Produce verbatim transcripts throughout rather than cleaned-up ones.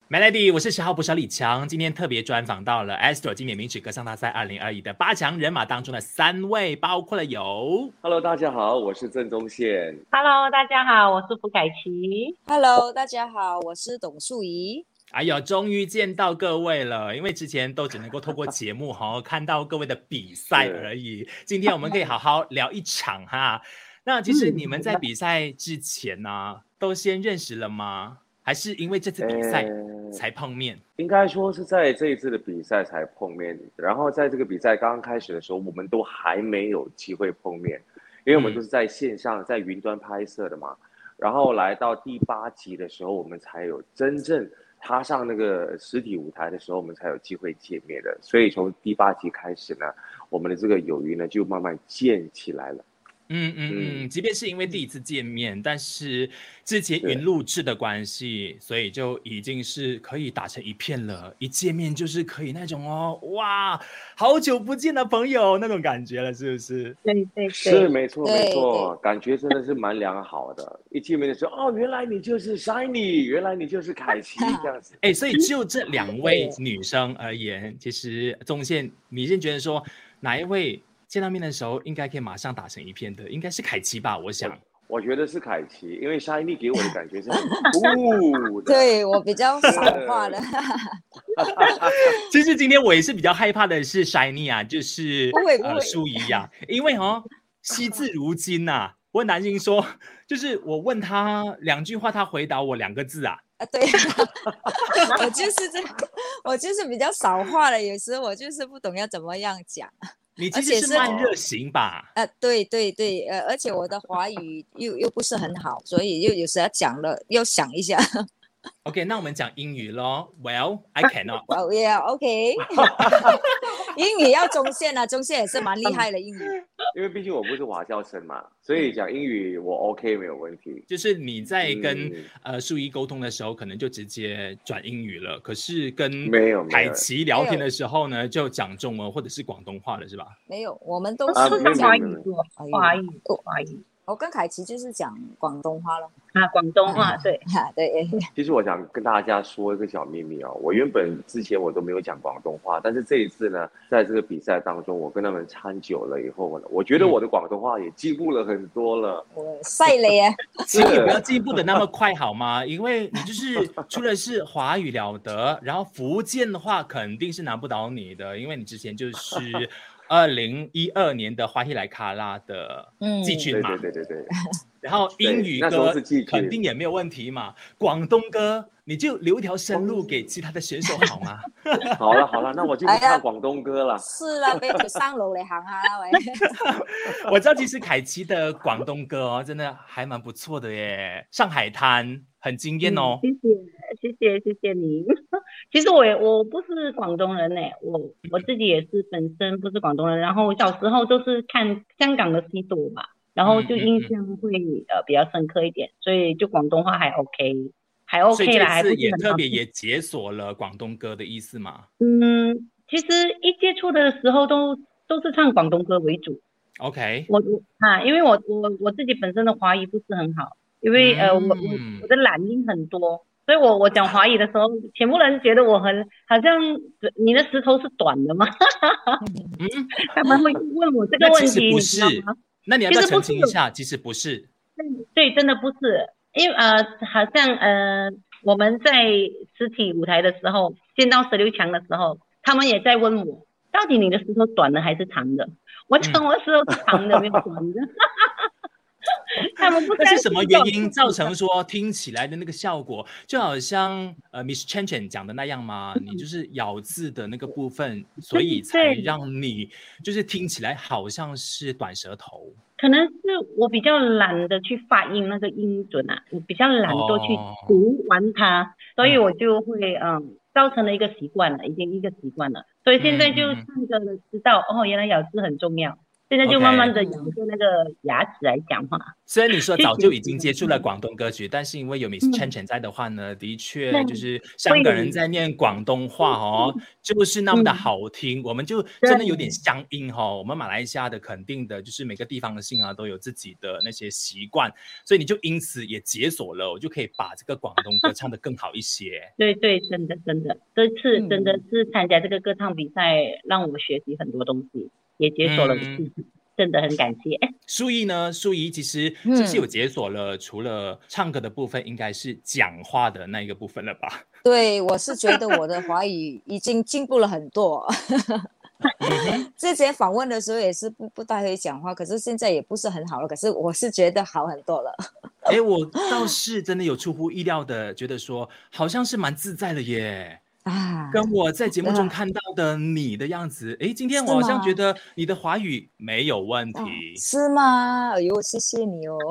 Melody，我是十号捕手李强，今天特别专访到了 Astro 经典名曲歌唱大赛二零二一的八强人马当中的三位，包括了有 Hello， 大家好，我是郑宗宪。 Hello， 大家好，我是傅凯琪。 Hello， 大家好，我是董素怡。 哎呦，终于见到各位了，因为之前都只能够透过节目哈看到各位的比赛而已。今天我们可以好好聊一场哈。那其实你们在比赛之前呢、啊，都先认识了吗？还是因为这次比赛才碰面？ 呃、应该说是在这一次的比赛才碰面。然后在这个比赛刚刚开始的时候，我们都还没有机会碰面，因为我们都是在线上、在云端拍摄的嘛。然后来到第八集的时候，我们才有真正踏上那个实体舞台的时候，我们才有机会见面的。所以从第八集开始呢，我们的这个友谊呢就慢慢建起来了。 嗯嗯嗯，即便是因为第一次见面，但是之前云录制的关系，所以就已经是可以打成一片了。一见面就是可以那种哦，哇，好久不见的朋友那种感觉了，是不是？ 对对对， 是没错没错，感觉真的是蛮良好的。一见面的时候，哦，原来你就是 Shiny， 原来你就是凯琪这样子。 哎，所以就这两位女生而言，其实宗宪，你是觉得说哪一位？见到面的时候应该可以马上打成一片的，应该是凯琪吧？我想， 我, 我觉得是凯琪，因为 Shiny 给我的感觉是很酷的。 对我比较少话的。 其实今天我也是比较害怕的是 Shiny 啊，就是不会不会呃舒怡呀，因为哦惜字如金呐、啊，我很担心说，就是我问他两句话，他回答我两个字啊。 啊，对，我就是这，我就是比较少话的，有时候我就是不懂要怎么样讲。 你其实是慢热型吧？ 呃，对对对，呃，而且我的华语又又不是很好，所以又有时候讲了要想一下。 OK， 那我们讲英语咯。Well, I cannot. Well, yeah, OK 。英语要宗宪啊，宗宪也是蛮厉害的英语。 因为毕竟我不是华侨生嘛，所以讲英语我 OK 没有问题。 就是你在跟、嗯、呃舒怡沟通的时候，可能就直接转英语了。可是跟凯琪聊天的时候呢，就讲中文或者是广东话了，是吧？ 没有，我们都是讲华语，华语，华语。 我跟凯琪就是讲广东话咯。 啊，广东话，对， 啊，对。 其实我想跟大家说一个小秘密哦，我原本之前我都没有讲广东话，但是这一次呢，在这个比赛当中，我跟他们参久了以后呢，我觉得我的广东话也进步了很多了。 犀利啊！ 请你不要进步的那么快好吗？因为你就是除了是华语了得，然后福建的话肯定是难不倒你的，因为你之前就是二零一二年的花希莱卡拉的季军嘛， 嗯、对对对对对。 然后英语歌肯定也没有问题嘛，广东歌你就留一条生路给其他的选手好吗？ 好了好了，那我就不唱广东歌了。 哎、是啦，俾條生路嚟行下啦，喂。 我知道其實凱琪的廣東歌哦，真的還蠻不錯的耶，上海灘很驚豔哦。 嗯、謝謝謝謝謝謝您。其實我也我不是廣東人呢，我我自己也是本身不是廣東人，然後小時候都是看香港的戲多嘛。然後就印象會、嗯嗯、呃比較深刻一點，所以就廣東話還 OK， 還 OK 啦。 所以這次也特別也解鎖了廣東歌的意思嘛？ 嗯，其實一接觸的時候都都是唱廣東歌為主。 OK， 我啊，因為我我我自己本身的華語不是很好，因為、嗯、呃我我我的懶音很多，所以我我講華語的時候，全部人覺得我很好像你的舌頭是短的嘛，嗯，他們會問我這個問題， 你知道嗎？那你要不要澄清一下？其實不是， 對，真的不是，因為呃，好像呃，我們在實體舞台的時候，見到十六強的時候，他們也在問我，到底你的舌頭短的還是長的？我講我舌頭是長的，沒有短的。他們不知道那是什麼原因造成說聽起來的那個效果，就好像呃 Miss Chen Chen 講的那樣嗎？你就是咬字的那個部分，所以才讓你就是聽起來好像是短舌頭。 可能是我比較懶得去發音那個音準啊，我比較懶惰去讀完它，哦、所以我就會嗯造成了一個習慣了，已經一個習慣了，所以現在就唱歌了知道、嗯、哦，原來咬字很重要。 现在就慢慢的养着那个牙齿来讲话。 虽然你说早就已经接触了广东歌曲，但是因为有 Miss Chen Chen 在的话呢，的确就是香港人在念广东话哦，就是那么的好听，我们就真的有点乡音哈、哦。我们马来西亚的肯定的就是每个地方的姓啊都有自己的那些习惯，所以你就因此也解锁了，我就可以把这个广东歌唱得更好一些。 对对，真的真的，这次真的是参加这个歌唱比赛，让我学习很多东西。也解锁了自己、嗯，真的很感谢。 淑仪呢？淑仪其实是不是有解锁了、嗯？除了唱歌的部分，应该是讲话的那一个部分了吧？ 对，我是觉得我的华语已经进步了很多。之前访问的时候也是不不太会讲话，可是现在也不是很好了。可是我是觉得好很多了。 哎，我倒是真的有出乎意料的，觉得说好像是蛮自在的耶。啊，跟我在节目中看到的你的样子，哎、啊，今天我好像觉得你的华语没有问题，啊、 是吗？哎呦，谢谢你哦。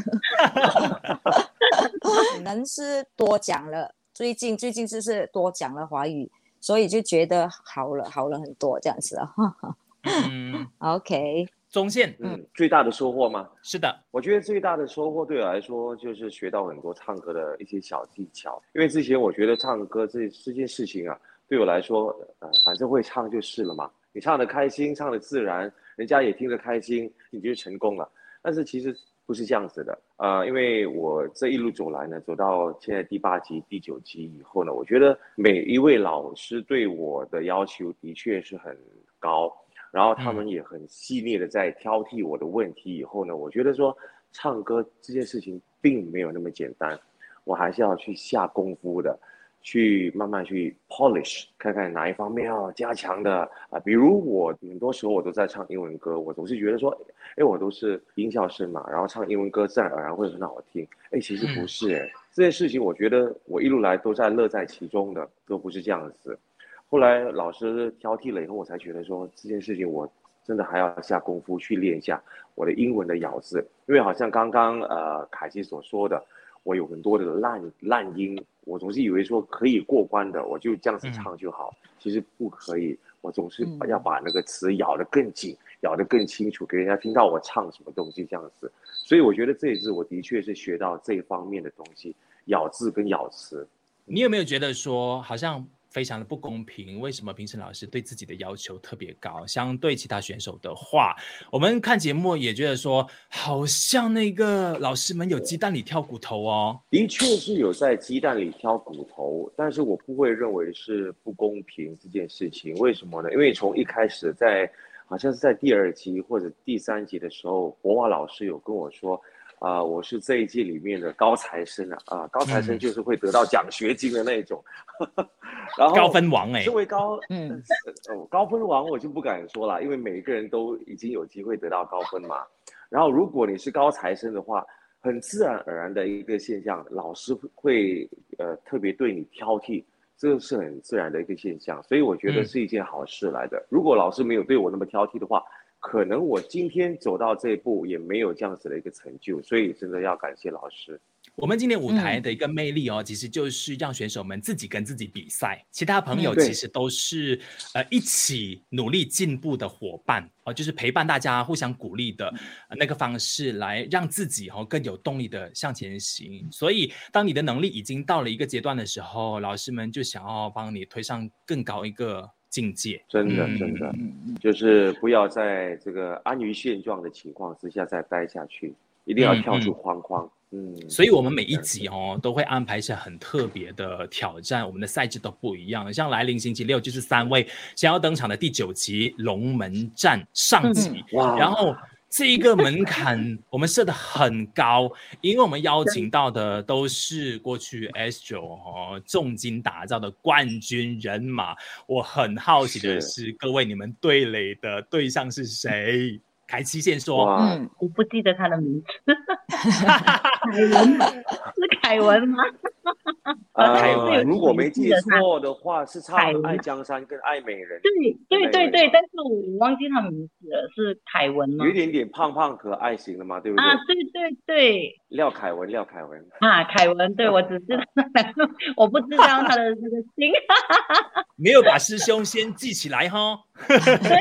可能是多讲了，最近最近就是多讲了华语，所以就觉得好了，好了很多这样子啊。嗯 ，OK。 中线， 嗯，最大的收获吗？ 是的， 我觉得最大的收获对我来说就是学到很多唱歌的一些小技巧。因为之前我觉得唱歌这这件事情啊，对我来说，呃，反正会唱就是了嘛。你唱得开心，唱得自然，人家也听得开心，你就成功了。但是其实不是这样子的，呃，因为我这一路走来呢，走到现在第八集、第九集以后呢，我觉得每一位老师对我的要求的确是很高。然后他们也很细腻的在挑剔我的问题以后呢，我觉得说唱歌这件事情并没有那么简单，我还是要去下功夫的，去慢慢去 polish， 看看哪一方面要加强的啊。比如我很多时候我都在唱英文歌，我总是觉得说，哎，我都是音效生嘛，然后唱英文歌自然而然会很好听。哎，其实不是哎，这件事情我觉得我一路来都在乐在其中的，都不是这样子。后来老师挑剔了以后，我才觉得说这件事情我真的还要下功夫去练一下我的英文的咬字，因为好像刚刚呃凯西所说的，我有很多的烂烂音，我总是以为说可以过关的，我就这样子唱就好，嗯、其实不可以，我总是要把那个词咬得更紧，咬得更清楚，给人家听到我唱什么东西这样子。所以我觉得这一次我的确是学到这一方面的东西，咬字跟咬词。 你有没有觉得说好像非常的不公平？为什么评审老师对自己的要求特别高？相对其他选手的话，我们看节目也觉得说，好像那个老师们有鸡蛋里挑骨头哦。 的确是有在鸡蛋里挑骨头，但是我不会认为是不公平这件事情。为什么呢？因为从一开始在好像是在第二集或者第三集的时候，博华老师有跟我说。啊、呃，我是这一届里面的高材生啊，啊、呃，高材生就是会得到奖学金的那种，嗯、然后高分王哎、欸， 身为高嗯、呃、高分王我就不敢说了，因为每一个人都已经有机会得到高分嘛。然后如果你是高材生的话，很自然而然的一个现象，老师会呃特别对你挑剔，这是很自然的一个现象，所以我觉得是一件好事来的。嗯、如果老师没有对我那么挑剔的话。可能我今天走到这一步也没有这样子的一个成就，所以真的要感谢老师。 我们今天舞台的一个魅力哦，嗯、其实就是让选手们自己跟自己比赛，其他朋友其实都是、嗯、呃一起努力进步的伙伴哦，就是陪伴大家互相鼓励的、呃、那个方式，来让自己哦更有动力的向前行。所以当你的能力已经到了一个阶段的时候，老师们就想要帮你推上更高一个境界。 真的真的、嗯、就是不要在这个安于现状的情况之下再待下去，一定要跳出框框。嗯嗯，所以我们每一集哦都会安排一些很特别的挑战，我们的赛制都不一样。像来临星期六就是三位想要登场的第九集龙门战上集、嗯、然后这一个门槛我们设得很高，因为我们邀请到的都是过去 S 九 哦重金打造的冠军人马。我很好奇的是各位你们对垒的对象是谁？凯西先说。 嗯，我不记得他的名字。凯文是凯文吗？ 呃，如果没记错的话，是唱《爱江山》跟《爱美人》。 对对对对，但是我忘记他名字了，是凯文吗？ 有一点点胖胖可爱型的嘛，对不对？ 啊，对对对。 廖凯文，廖凯文。 啊，凯文，对，我只知道，我不知道他的那个姓。 没有把师兄先记起来哈。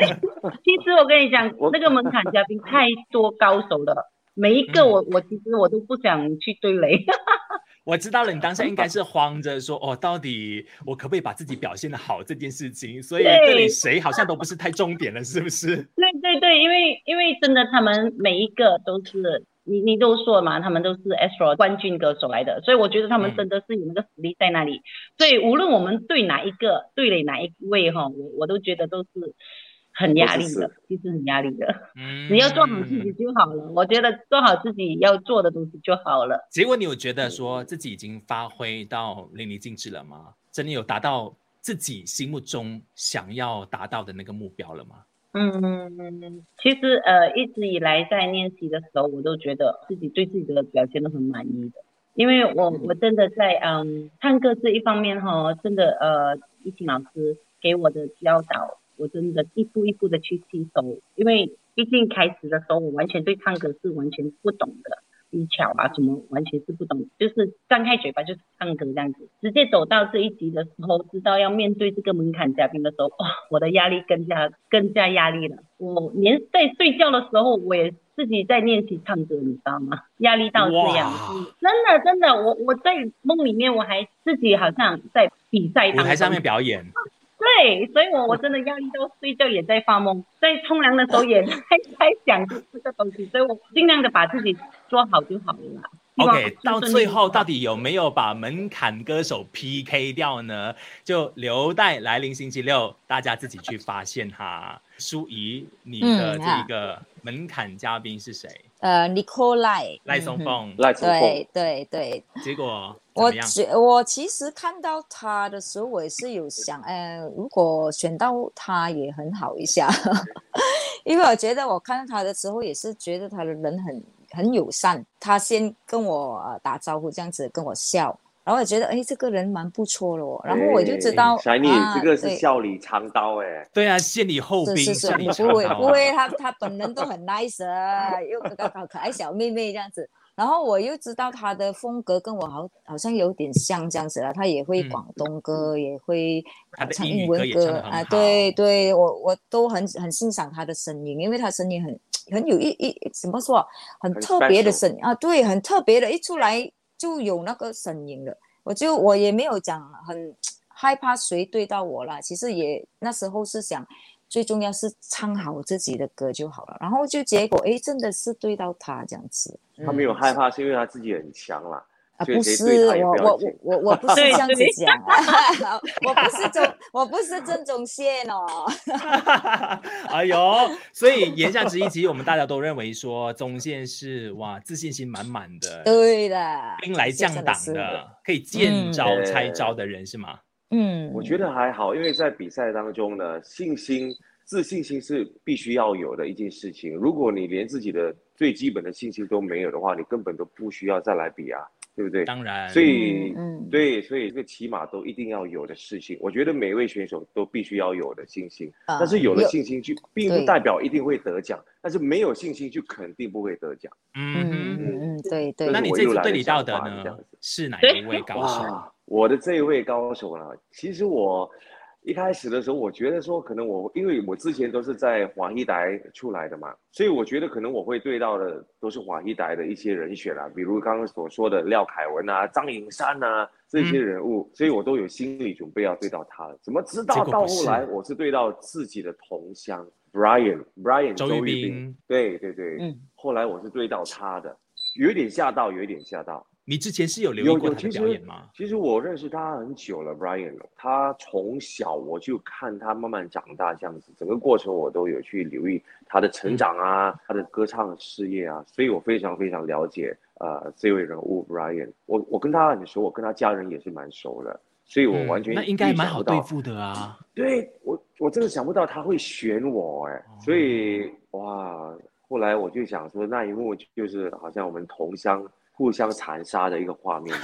其实我跟你讲，那个门槛嘉宾太多高手了，每一个我、嗯、我其实我都不想去对垒。 我知道了，你当时应该是慌着说，哦，到底我可不可以把自己表现得好这件事情，所以对垒谁好像都不是太重点了，是不是？ 对对对，因为因为真的他们每一个都是你你都说嘛，他们都是 Astro 冠军歌手来的，所以我觉得他们真的是有那个实力在那里，嗯、所以无论我们对哪一个对垒哪一位哈，我我都觉得都是很压力的，其实很压力的。嗯，只要做好自己就好了。我觉得做好自己要做的东西就好了。 结果你有觉得说自己已经发挥到淋漓尽致了吗？真的有达到自己心目中想要达到的那个目标了吗？ 嗯，其实呃一直以来在练习的时候，我都觉得自己对自己的表现都很满意的，因为我我真的在嗯唱歌这一方面哈，真的呃依晴老师给我的教导。我真的一步一步的去吸收，因为毕竟开始的时候我完全对唱歌是完全不懂的，技巧啊什么完全是不懂，就是张开嘴巴就是唱歌这样子。直接走到这一集的时候，知道要面对这个门槛嘉宾的时候，哇，我的压力更加更加压力了。我连在睡觉的时候，我也自己在练习唱歌，你知道吗？压力到这样，真的真的，我我在梦里面我还自己好像在比赛当中舞台上面表演。 对，所以我我真的压力到睡觉也在发梦，在冲凉的时候也在在想这个东西，所以我尽量的把自己做好就好了。 OK， 到最后到底有没有把门槛歌手 P K 掉呢？就留待来临星期六大家自己去发现哈。淑仪，你的这个门槛嘉宾是谁？ 呃 ，Nicole 赖赖松凤， 赖松凤， 对对对。 结果我我其实看到他的时候，我也是有想，呃，如果选到他也很好一下，因为我觉得我看到他的时候，也是觉得他的人很很友善，他先跟我、呃、打招呼，这样子跟我笑。然后我觉得，哎，这个人蛮不错咯。然后我就知道， 小妮、啊，这个是笑里藏刀哎、欸。 对啊，陷你后兵， 是是是，不会不会，他他本人都很 nice， 又可可可爱小妹妹这样子。然后我又知道他的风格跟我好好像有点像这样子了，他也会广东歌，嗯、也会唱英文歌啊，对对，我我都很很欣赏他的声音，因为他声音很很有一一怎么说，很特别的声音啊，对，很特别的，一出来就有那个声音了。我就我也没有讲很害怕谁对到我啦，其实也那时候是想最重要是唱好自己的歌就好了，然后就结果哎真的是对到他这样子。 他没有害怕是因为他自己很强啦。 啊，不是我我我我我不是这样子讲啊，我不是钟我不是曾宗宪哦。 哎呦，所以言下之意，其实我们大家都认为说宗宪是哇自信心满满的， 对的， 兵来将挡的，可以见招拆招的人、嗯、是吗？ 嗯，我觉得还好，因为在比赛当中呢，信心、自信心是必须要有的一件事情。如果你连自己的最基本的信心都没有的话，你根本都不需要再来比啊。对不对？ 当然， 所以、嗯、对，所以这个起码都一定要有的事情，我觉得每位选手都必须要有的信心。呃、但是有了信心就并不代表一定会得奖，但是没有信心就肯定不会得奖。 嗯嗯嗯，对对。 那你这次对你到的呢？是哪一位高手？ 我的这一位高手呢？其实我一开始的时候，我觉得说可能我因为我之前都是在华裔台出来的嘛，所以我觉得可能我会对到的都是华裔台的一些人选啊，比如刚刚所说的廖凯文啊、张颖珊啊这些人物、嗯，所以我都有心理准备要对到他了。怎么知道到后来我是对到自己的同乡 Brian Brian 周玉斌， 对对对，嗯，后来我是对到他的，有一点吓到，有一点吓到。 你之前是有留意过他的表演吗？ 其实, 其实我认识他很久了 ，Brian， 他从小我就看他慢慢长大这样子，整个过程我都有去留意他的成长啊，嗯、他的歌唱事业啊，所以我非常非常了解呃这位人物 Brian。我我跟他很熟，我跟他家人也是蛮熟的，所以我完全、嗯、 那应该蛮好对付的啊。 对我我真的想不到他会选我哎、哦，所以哇，后来我就想说那一幕就是好像我们同乡。互相残杀的一个画面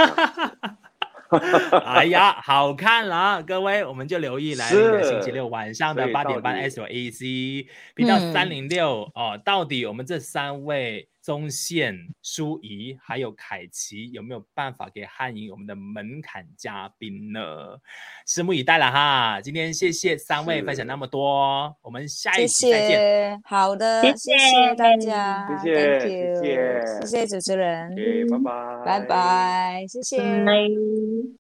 哎呀好看了各位，我们就留意来临的星期六晚上的八点半 S O A C 频道三零六、嗯哦、到底我们这三位宗宪、舒怡还有凯琪有没有办法给汉莹我们的门槛嘉宾呢？拭目以待了哈。今天谢谢三位分享那么多，我们下一期再见。 谢谢，好的，谢谢大家， 谢谢 Thank you， 谢谢谢谢主持人， ，OK，拜拜， 拜拜，谢谢。 拜。